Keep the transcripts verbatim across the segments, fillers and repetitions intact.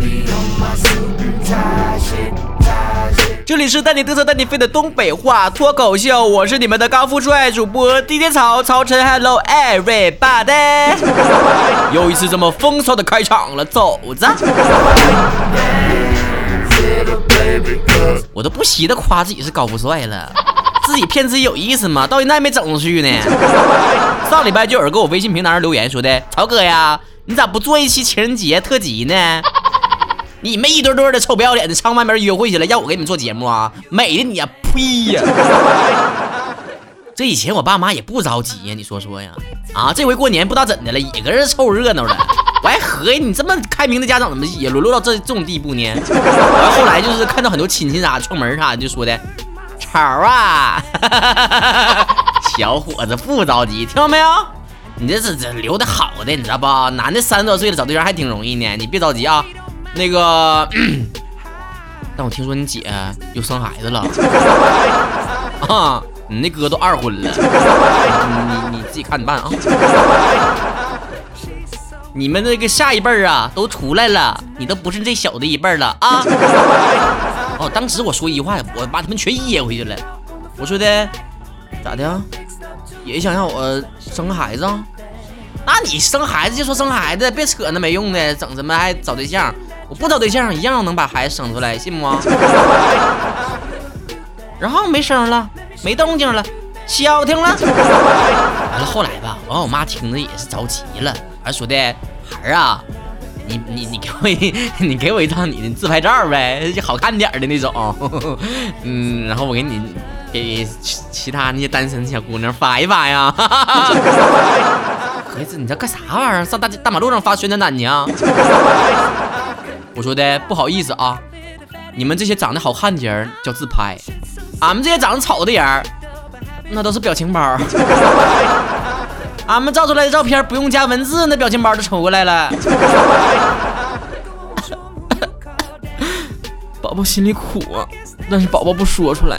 这里是带你嘚瑟带你飞的东北话脱口秀，我是你们的高富帅主播 D J 曹曹晨 ，Hello everybody， 又一次这么风骚的开场了，走着。我都不惜的夸自己是高富帅了，自己骗自己有意思吗？到现在还没整出去呢。上礼拜就有人给我微信平台上留言说的，曹哥呀，你咋不做一期情人节特辑呢？你们一对对的臭不要脸的上外面约会去了，让我给你们做节目啊？美的你呀，呸呀！这以前我爸妈也不着急呀，你说说呀？啊，这回过年不知道怎的了，也跟着凑热闹了。我还合计你这么开明的家长怎么也沦落到这这种地步呢？然后后来就是看到很多亲戚啥串门啥的，就说的潮啊，小伙子不着急，听到没有？你这是这留的好的，你知道不？男的三十多岁了找对象还挺容易呢，你别着急啊。那个，但我听说你姐又生孩子了啊！你那哥都二婚了，你你自己看着办啊！你们那个下一辈儿啊都出来了，你都不是这小的一辈儿了啊！哦，当时我说一句话，我把他们全噎回去了。我说的咋的？也想让我生个孩子啊？那你生孩子就说生孩子，别扯那没用的，整什么还找对象？我不找对象一样能把孩子生出来，信不？然后没声了，没动静了，消停了。完了后来吧，完我妈听着也是着急了，还说的孩儿啊，你你你给我一你给我一张你的自拍照呗，好看点的那种。嗯，然后我给你给其他那些单身小姑娘发一发呀。孩子，你这干啥玩意儿？上大大马路上发宣传单去啊？我说的不好意思啊，你们这些长得好看的人叫自拍，俺们这些长得丑的人那都是表情包。俺们照出来的照片不用加文字，那表情包就抽过来了。宝宝心里苦啊，但是宝宝不说出来。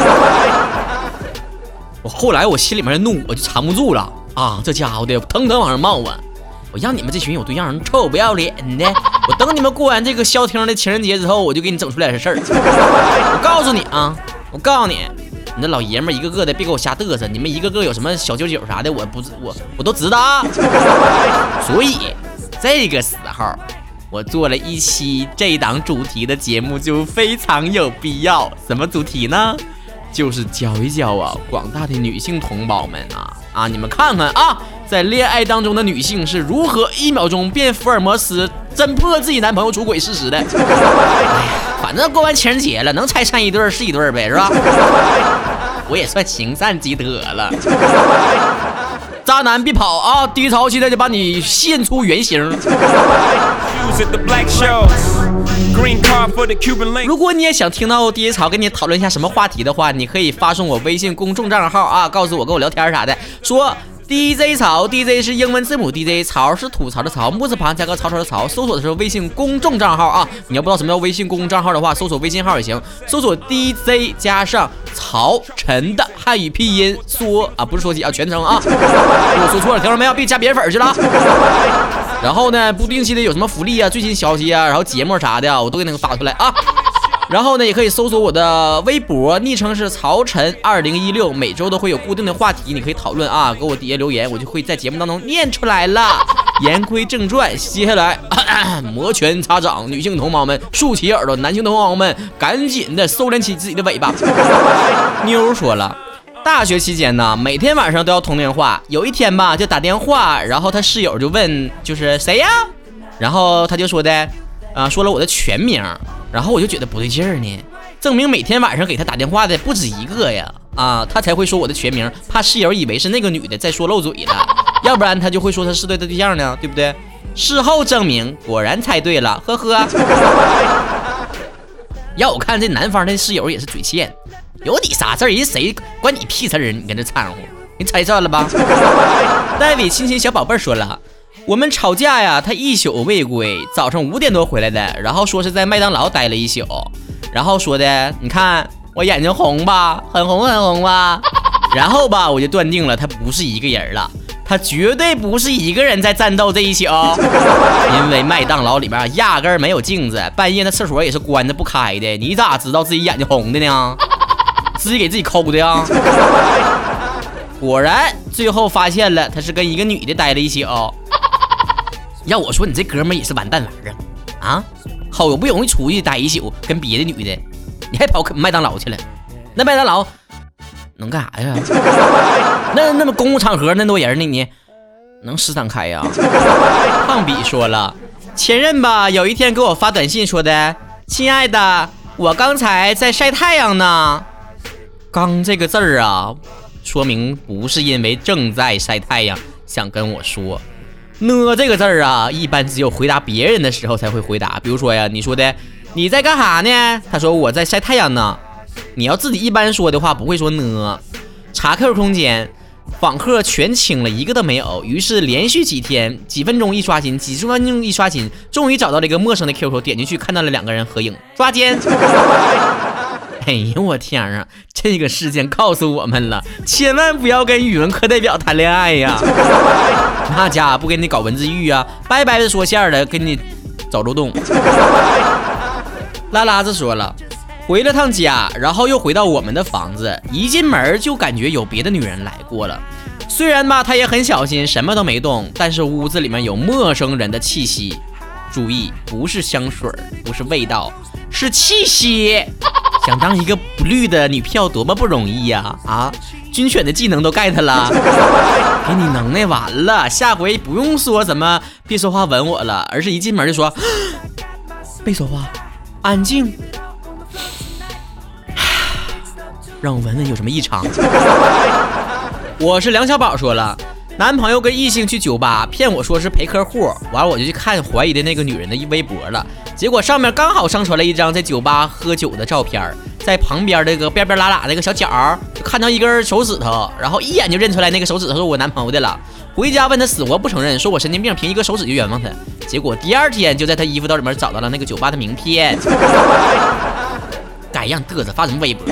我后来我心里面的怒我就藏不住了啊，这家伙的腾腾往上冒啊！我让你们这群有对象人臭不要脸的，我等你们过完这个消停的情人节之后，我就给你整出来这事儿。我告诉你啊，我告诉你，你这老爷们一个个的别给我瞎嘚瑟，你们一个个有什么小九九啥的，我不我我都知道啊。所以这个时候，我做了一期这档主题的节目就非常有必要。什么主题呢？就是教一教啊广大的女性同胞们啊啊，你们看看啊，在恋爱当中的女性是如何一秒钟变福尔摩斯侦破自己男朋友出轨事实的。哎呀，反正过完情人节了，能拆散一对是一对呗，是吧？我也算行善积德了。渣男别跑啊！低潮现在就把你现出原形。如果你也想听到D J曹跟你讨论一下什么话题的话，你可以发送我微信公众账号啊，告诉我跟我聊天啥的，说 D J 曹 ，D J 是英文字母 D J， 曹是吐槽的曹，木字旁加个曹操的曹，搜索的时候微信公众账号啊，你要不知道什么叫微信公众账号的话，搜索微信号也行，搜索 D J 加上曹晨的汉语拼音说啊，不是说起啊，全称啊，我说错了，听到没有？别加别人粉去了。然后呢，不定期的有什么福利啊、最新消息啊，然后节目啥的，我都给那个发出来啊。然后呢，也可以搜索我的微博，昵称是曹晨二零一六，每周都会有固定的话题，你可以讨论啊，给我底下留言，我就会在节目当中念出来了。言归正传，接下来咳咳摩拳擦掌，女性同胞们竖起耳朵，男性同胞们赶紧的收敛起自己的尾巴。妞说了。大学期间呢，每天晚上都要通电话。有一天吧，就打电话，然后他室友就问，就是谁呀？然后他就说的，啊、呃，说了我的全名。然后我就觉得不对劲儿呢，证明每天晚上给他打电话的不止一个呀，啊，他才会说我的全名，怕室友以为是那个女的在说漏嘴了，要不然他就会说他是对的对象呢，对不对？事后证明，果然猜对了，呵呵。要我看这南方的室友也是嘴欠。有你啥事儿？人谁关你屁事儿？你跟这掺和，你猜错了吧？戴维亲亲小宝贝说了，我们吵架呀，他一宿未归，早上五点多回来的，然后说是在麦当劳待了一宿，然后说的，你看我眼睛红吧，很红很红吧，然后吧，我就断定了他不是一个人了。 他绝对不是一个人在战斗这一宿，因为麦当劳里面压根儿没有镜子，半夜那厕所也是关着不开的，你咋知道自己眼睛红的呢？自己给自己抠的呀。果然最后发现了，他是跟一个女的待了一宿。要我说，你这哥们也是完蛋玩啊！啊，好不容易出去待一宿，跟别的女的，你还跑麦当劳去了？那麦当劳能干啥呀？那那么公共场合那么多人呢，你能时常开呀？胖比说了，前任吧，有一天给我发短信说的：“亲爱的，我刚才在晒太阳呢。”刚这个字儿啊，说明不是因为正在晒太阳想跟我说。呢这个字儿啊，一般只有回答别人的时候才会回答。比如说呀，你说的你在干啥呢？他说我在晒太阳呢。你要自己一般说的话，不会说呢。查 Q Q 空间，访客全清了，一个都没有。于是连续几天，几分钟一刷新，几十分钟一刷新，终于找到了一个陌生的 Q Q， 点进去看到了两个人合影，抓奸。哎呦我天啊！这个事件告诉我们了，千万不要跟语文课代表谈恋爱呀！那家不给你搞文字狱啊，白白的说线的，给你找漏洞。拉拉子说了，回了趟家，然后又回到我们的房子，一进门就感觉有别的女人来过了。虽然吧，他也很小心，什么都没动，但是屋子里面有陌生人的气息。注意，不是香水，不是味道，是气息。想当一个不绿的女票多么不容易呀！啊, 啊，军犬的技能都 get 了，给你能耐完了，下回不用说什么别说话吻我了，而是一进门就说别说话，安静，让我闻闻有什么异常。我是梁小宝说了，男朋友跟异性去酒吧，骗我说是陪客户，完了我就去看怀疑的那个女人的微博了，结果上面刚好上传了一张在酒吧喝酒的照片，在旁边那个边边拉拉那个小角就看到一根手指头，然后一眼就认出来那个手指头是我男朋友的了。回家问他死活不承认，说我神经病，凭一个手指就冤枉他。结果第二天就在他衣服兜里面找到了那个酒吧的名片。该让嘚瑟发什么微博？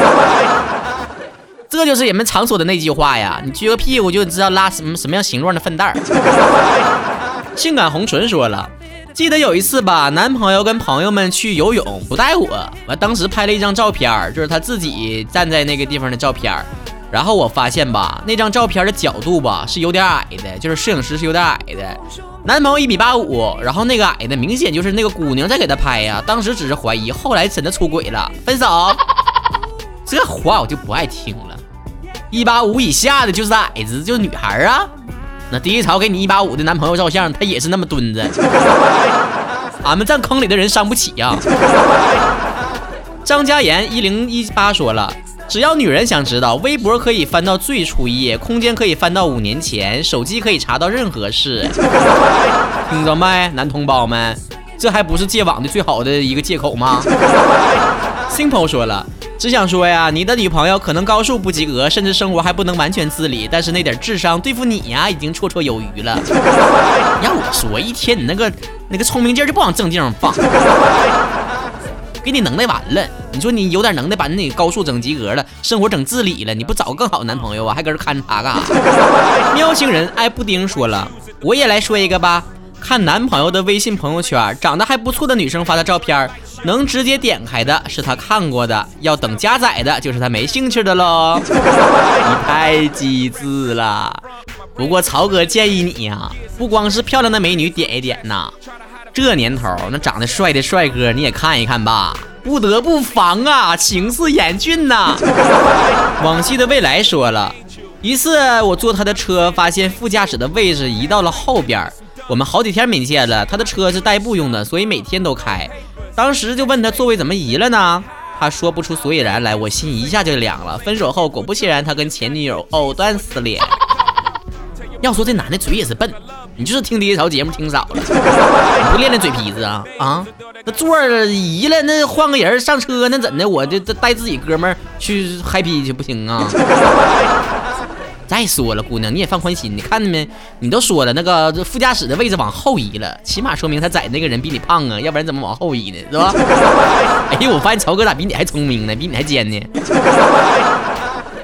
这就是人们常说的那句话呀，你撅个屁股就知道拉什么什么样形状的粪蛋儿。性感红唇说了，记得有一次吧，男朋友跟朋友们去游泳，不带我，完当时拍了一张照片，就是他自己站在那个地方的照片。然后我发现吧，那张照片的角度吧是有点矮的，就是摄影师是有点矮的。男朋友一米八五，然后那个矮的明显就是那个姑娘在给他拍呀。当时只是怀疑，后来真的出轨了，分手。这话我就不爱听了。一八五以下的就是矮子，就是女孩啊。那第一潮给你一八五的男朋友照相，他也是那么蹲着。俺们站坑里的人伤不起呀、啊。张嘉言一零一八说了，只要女人想知道，微博可以翻到最初一页，空间可以翻到五年前，手机可以查到任何事。听着没，男同胞们，这还不是戒网的最好的一个借口吗 ？Simple 说了，只想说呀，你的女朋友可能高数不及格，甚至生活还不能完全自理，但是那点智商对付你呀，已经绰绰有余了。让我说，一天你那个那个聪明劲儿就不往正地方放。给你能耐完了，你说你有点能耐，把你高数整及格了，生活整自理了，你不找个更好的男朋友啊，还搁这看他干啥？喵星人爱布丁说了，我也来说一个吧。看男朋友的微信朋友圈，长得还不错的女生发的照片，能直接点开的是他看过的，要等加载的就是他没兴趣的喽。你太机智了。不过曹哥建议你呀、啊，不光是漂亮的美女点一点呐。这年头那长得帅的帅哥你也看一看吧，不得不防啊，情势严峻呐。往昔的未来说了，一次我坐他的车，发现副驾驶的位置移到了后边，我们好几天没见了，他的车是代步用的，所以每天都开。当时就问他座位怎么移了呢，他说不出所以然来，我心一下就凉了。分手后果不其然，他跟前女友藕断丝连。要说这男的嘴也是笨，你就是听第一条节目听少了，你不练练嘴皮子啊啊！那座儿移了，那换个人上车，那怎的？我就带自己哥们儿去嗨皮去不行啊！再说了，姑娘你也放宽心，你看见没？你都说了，那个副驾驶的位置往后移了，起码说明他载那个人比你胖啊，要不然怎么往后移呢？是吧？哎呦，我发现曹哥咋比你还聪明呢，比你还尖呢？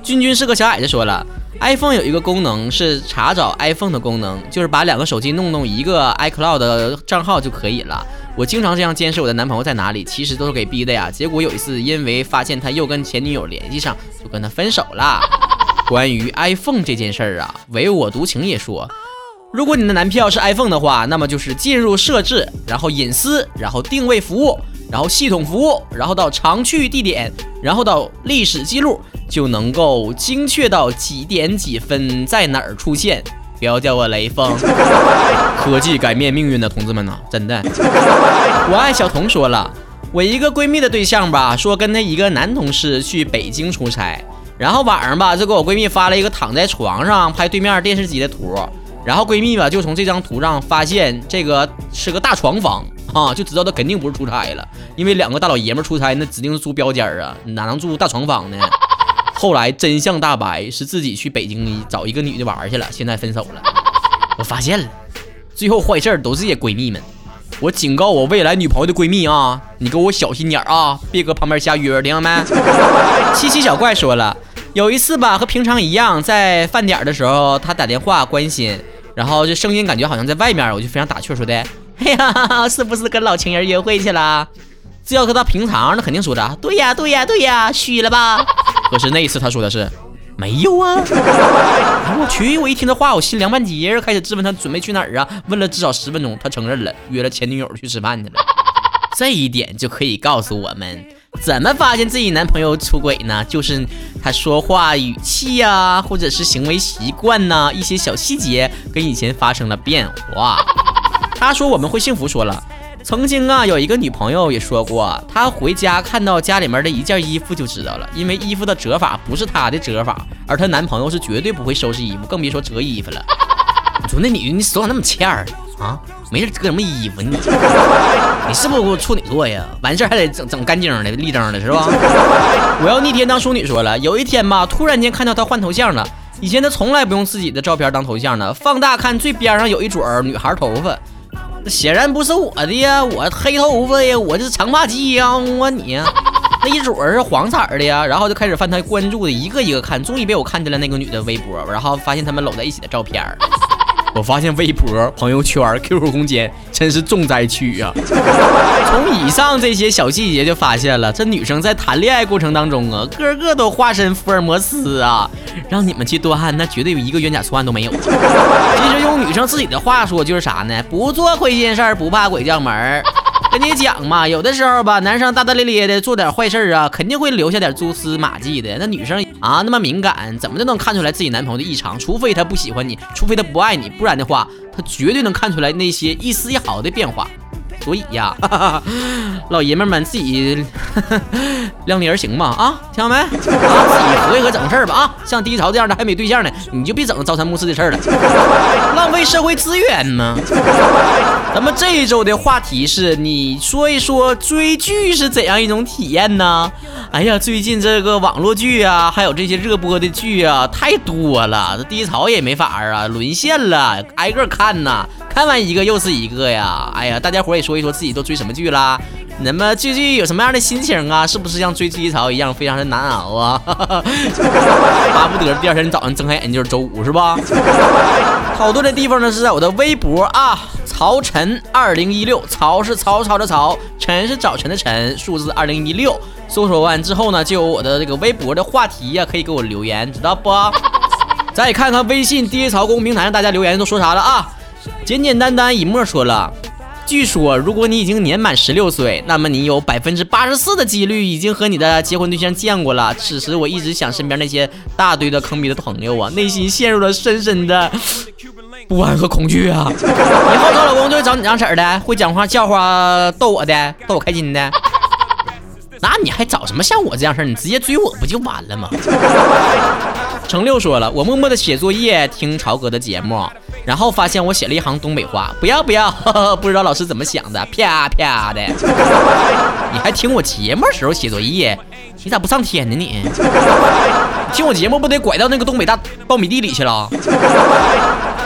君君是个小矮子说了 iPhone 有一个功能是查找 iPhone 的功能，就是把两个手机弄弄一个 iCloud 的账号就可以了。我经常这样监视我的男朋友在哪里，其实都是给逼的呀。结果有一次因为发现他又跟前女友联系上，就跟他分手了。关于 iPhone 这件事儿啊，唯我独情也说，如果你的男票是 iPhone 的话，那么就是进入设置，然后隐私，然后定位服务，然后系统服务，然后到常去地点，然后到历史记录，就能够精确到几点几分在哪儿出现。不要叫我雷锋。科技改变命运的同志们呐、啊，真的。我爱小童说了，我一个闺蜜的对象吧，说跟她一个男同事去北京出差，然后晚上吧就给我闺蜜发了一个躺在床上拍对面电视机的图，然后闺蜜吧就从这张图上发现这个是个大床房啊，就知道她肯定不是出差了，因为两个大老爷们出差那指定是住标间啊，哪能住大床房呢？后来真相大白，是自己去北京找一个女的玩去了，现在分手了。我发现了，最后坏事都是这些闺蜜们。我警告我未来女朋友的闺蜜啊，你给我小心点啊，别搁旁边瞎约，听到没？七七小怪说了，有一次吧，和平常一样，在饭点的时候，他打电话关心，然后这声音感觉好像在外面，我就非常打趣说的，哎呀，是不是跟老情人约会去了？这要搁他平常，那肯定说的，对呀，对呀，对呀，虚了吧？可是那一次他说的是没有啊！哎、我去！我一听这话，我心凉半截，开始质问他准备去哪儿啊？问了至少十分钟，他承认了，约了前女友去吃饭去了。这一点就可以告诉我们，怎么发现自己男朋友出轨呢？就是他说话语气啊，或者是行为习惯呐、啊，一些小细节跟以前发生了变化。他说我们会幸福，说了。曾经啊，有一个女朋友也说过，她回家看到家里面的一件衣服就知道了，因为衣服的折法不是她的折法，而她男朋友是绝对不会收拾衣服，更别说折衣服了。你说那女的，你手咋那么欠儿啊？没事折什么衣服你？你是不是处女座呀？完事还得整整干净的、立正的，是吧？我要逆天当淑女说了，有一天吧，突然间看到她换头像了，以前她从来不用自己的照片当头像的，放大看最边上有一撮女孩头发。显然不是我的呀，我黑头发呀，我这是长发机呀，我你呀，那一撮是黄色的呀，然后就开始翻他关注的一个一个看，终于被我看见了那个女的微博，然后发现他们搂在一起的照片。我发现微博、朋友圈、Q Q 空间真是重灾区啊！从以上这些小细节就发现了，这女生在谈恋爱过程当中啊，个个都化身福尔摩斯啊，让你们去断案，那绝对有一个冤假错案都没有。其实用女生自己的话说就是啥呢？不做亏心事儿，不怕鬼叫门。跟你讲嘛，有的时候吧，男生大大咧咧的做点坏事啊，肯定会留下点蛛丝马迹的。那女生啊那么敏感，怎么都能看出来自己男朋友的异常，除非他不喜欢你，除非他不爱你，不然的话，他绝对能看出来那些一丝一毫的变化。所以呀，哈哈老爷们们自己呵呵量力而行嘛啊，听到没？啊，自己合一合整事儿吧啊！像低潮这样的还没对象呢，你就别整朝三暮四的事儿了，浪费社会资源嘛。咱们这一周的话题是，你说一说追剧是怎样一种体验呢？哎呀，最近这个网络剧啊，还有这些热播的剧啊，太多了，这低潮也没法啊，沦陷了，挨个看呐。看完一个又是一个呀，哎呀，大家伙也说一说自己都追什么剧啦？那么追剧有什么样的心情啊？是不是像追低潮一样非常的难熬啊？巴不得第二天早上睁开眼就是周五是吧？好多的地方呢是在我的微博啊，曹晨二零一六，曹是曹操的曹，晨是早晨的晨，数字二零一六。搜索完之后呢，就有我的这个微博的话题呀、啊，可以给我留言，知道不？再看看微信 D J 曹公平台上大家留言都说啥了啊？简简单单一墨说了，据说如果你已经年满十六岁，那么你有百分之八十四的几率已经和你的结婚对象见过了。此时我一直想身边那些大堆的坑逼的朋友啊，内心陷入了深深的不安和恐惧啊。以后找老公就会找你这样式的，会讲话笑话逗我的，逗我开心的。那你还找什么像我这样事儿？你直接追我不就完了吗？程六说了，我默默的写作业，听曹哥的节目，然后发现我写了一行东北话，不要不要，呵呵不知道老师怎么想的，啪啪的。你还听我节目的时候写作业，你咋不上天呢你？你听我节目不得拐到那个东北大苞米地里去了？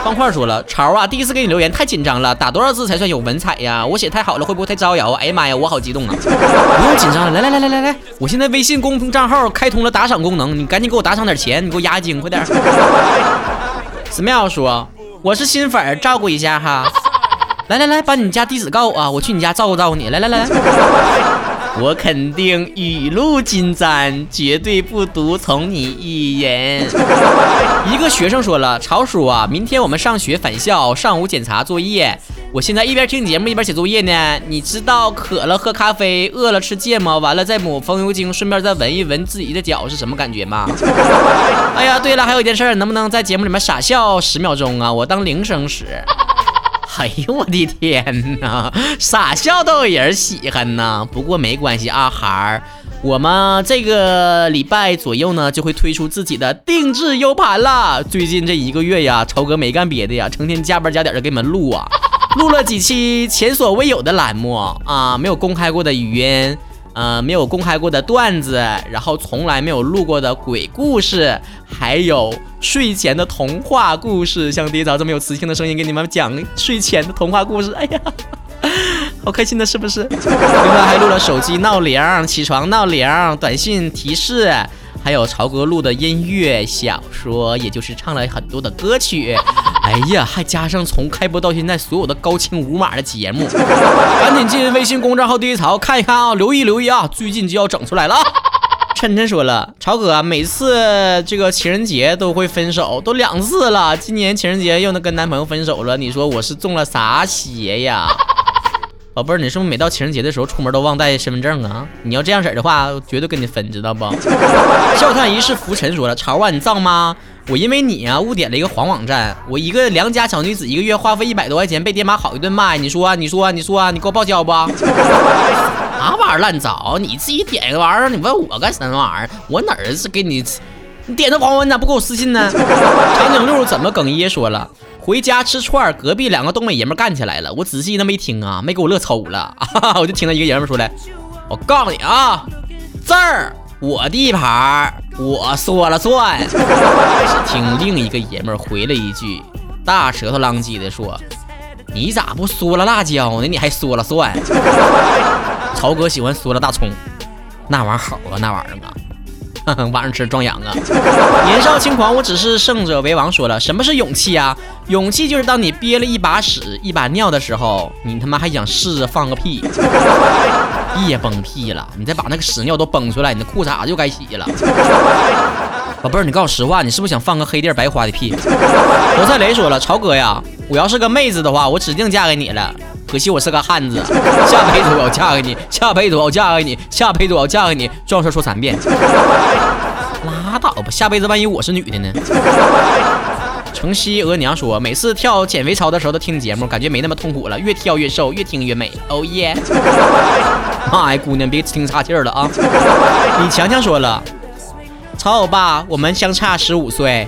方块说了，潮啊，第一次给你留言太紧张了，打多少字才算有文采呀？我写太好了，会不会太招摇啊？哎呀妈呀，我好激动啊！不用紧张了，来来来来来来，我现在微信公众账号开通了打赏功能，你赶紧给我打赏点钱，你给我压惊，快点。Smile 说，我是新粉，照顾一下哈。来来来，把你家地址告我啊，我去你家照顾照顾你。来来来来，我肯定雨露均沾，绝对不独宠你一人。一个学生说了，曹叔啊，明天我们上学返校，上午检查作业。我现在一边听节目一边写作业呢。你知道渴了喝咖啡，饿了吃芥末，完了再抹风油精，顺便再闻一闻自己的脚是什么感觉吗？哎呀，对了，还有一件事，能不能在节目里面傻笑十秒钟啊？我当铃声使。哎呦我的天哪，傻笑都有人喜欢呢。不过没关系啊，孩儿，我们这个礼拜左右呢就会推出自己的定制 U 盘了。最近这一个月呀，超哥没干别的呀，成天加班加点的给你们录啊，录了几期前所未有的栏目啊，没有公开过的语音。呃，没有公开过的段子，然后从来没有录过的鬼故事，还有睡前的童话故事，像第一早这么有磁性的声音给你们讲睡前的童话故事，哎呀，好开心的，是不是？另外还录了手机闹铃、起床闹铃、短信提示，还有曹哥录的音乐小说，也就是唱了很多的歌曲。哎呀，还加上从开播到现在所有的高清无码的节目，赶紧进微信公众号第一曹看一看啊，留意留意啊，最近就要整出来了。琛琛说了，曹哥啊，每次这个情人节都会分手，都两次了，今年情人节又能跟男朋友分手了，你说我是中了啥邪呀？宝贝儿，你是不是每到情人节的时候出门都忘带身份证啊？你要这样式的话，绝对跟你分，知道不？笑看一世浮沉说了，潮啊，你造吗？我因为你啊误点了一个黄网站，我一个良家小女子一个月花费一百多块钱，被爹妈好一顿骂，你说啊你说啊你说啊，你给我报销不？啥玩意儿烂糟？你自己点个玩意儿，你问我干什么玩意儿？我哪儿是给你？你点的黄文咋不给我私信呢？长颈鹿怎么哽咽说了，回家吃串，隔壁两个东北爷们干起来了。我仔细那么一听啊，没给我乐抽了啊！我就听到一个爷们说来，我告诉你啊，这儿我地盘，我说了算。只听另一个爷们回了一句，大舌头浪叽的说，你咋不嗦了辣椒呢？你还说了算。曹哥喜欢嗦了大葱，那玩意儿好啊，那玩意儿啊。晚上吃壮阳啊！年少轻狂，我只是胜者为王。说了，什么是勇气啊？勇气就是当你憋了一把屎一把尿的时候，你他妈还想试着放个屁，别崩屁了，你再把那个屎尿都崩出来，你的裤衩就该洗了。宝贝儿，你告诉我实话，你是不是想放个黑地白花的屁？罗赛雷说了，曹哥呀，我要是个妹子的话，我指定嫁给你了。可惜我是个汉子，下辈子我要嫁给你，下辈子我要嫁给你，下辈子我要嫁给你，这样说说三遍。拉倒吧，下辈子万一我是女的呢？城西额娘说，每次跳减肥操的时候都听节目，感觉没那么痛苦了，越跳越瘦，越听越美。哦耶！妈呀，姑娘别听岔气儿了啊！李强强说了，曹欧巴，我们相差十五岁。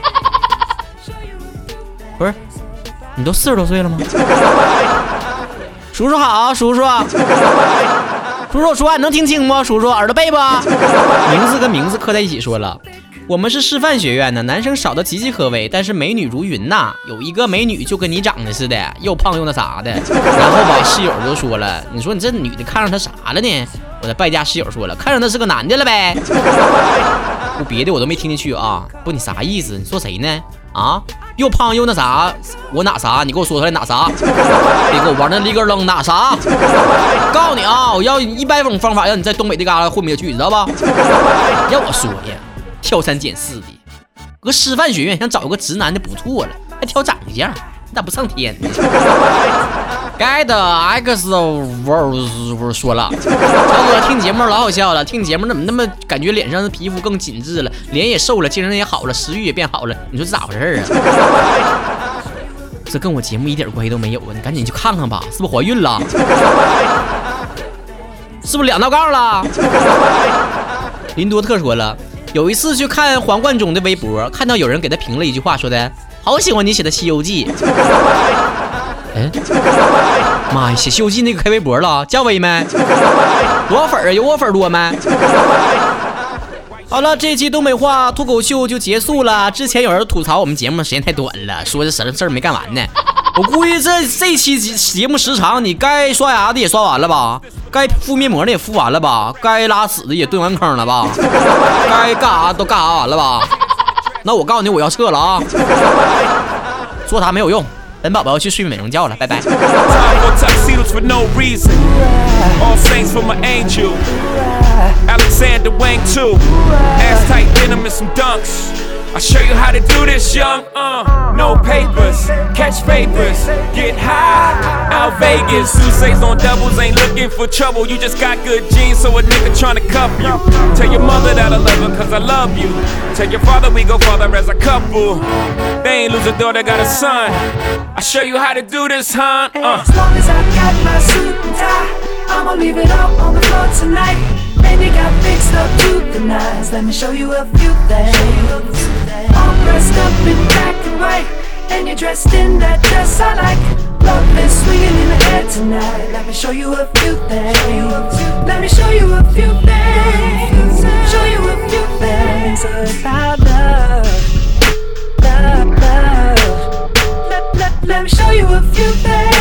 不是，你都四十多岁了吗？叔叔好，叔叔，叔叔说话你能听清不？叔叔耳朵背不？名字跟名字刻在一起说了，我们是师范学院的，男生少的岌岌可危，但是美女如云呐。有一个美女就跟你长得似的，又胖又那啥的。然后吧，室友就说了，你说你这女的看上他啥了呢？我的败家室友说了，看上他是个男的了呗。不别的我都没听进去啊，不你啥意思？你说谁呢？啊，又胖又那啥，我哪啥？你给我说出来哪啥？别给我玩那立个扔哪啥？告诉你啊，我要一百种方法让你在东北这旮旯混不下去，知道吧？要我说呀，挑三拣四的，搁师范学院想找一个直男的不错了，还挑长相，你咋不上天呢？该的 X 说了，曹哥听节目老好笑了，听节目怎么那么感觉脸上的皮肤更紧致了，脸也瘦了，精神也好了，食欲也变好了，你说这咋回事啊？这跟我节目一点关系都没有啊！你赶紧去看看吧，是不是怀孕了？是不是两道杠了？林多特说了，有一次去看黄贯中的微博，看到有人给他评了一句话，说的好喜欢你写的《西游记》。哎，妈呀！写《西游记》那个开微博了，加微没？多少粉啊？有我粉多没？ 好了，这期东北话脱口秀就结束了。之前有人吐槽我们节目时间太短了，说这什么事儿没干完呢。我估计这这期节目时长，你该刷牙的也刷完了吧，该敷面膜的也敷完了吧，该拉屎的也蹲完坑了吧，该干啥都干啥完了吧。那我告诉你，我要撤了啊，说啥没有用。本宝宝要去睡美容觉了，拜拜。 Alexander Wang too. Ass tight denim and some dunks. I'll show you how to do this, young. Uh, no papers, catch papers, get high. Out Vegas, Sousa's on doubles, ain't looking for trouble. You just got good genes, so a nigga tryna cuff you. Tell your mother that I love her, cause I love you. Tell your father we go farther as a couple. They ain't lose a daughter, got a son. I'll show you how to do this, huh? Uh. As long as I got my suit and tie, I'ma leave it all on the floor tonight. And you got fixed up to the nines. Let me show you a few things. All dressed up in black and white, and you're dressed in that dress I like. Love is swinging in the air tonight. Let me show you a few things. Let me show you a few things. Show you a few things about love, love, love. Let, let, let me show you a few things.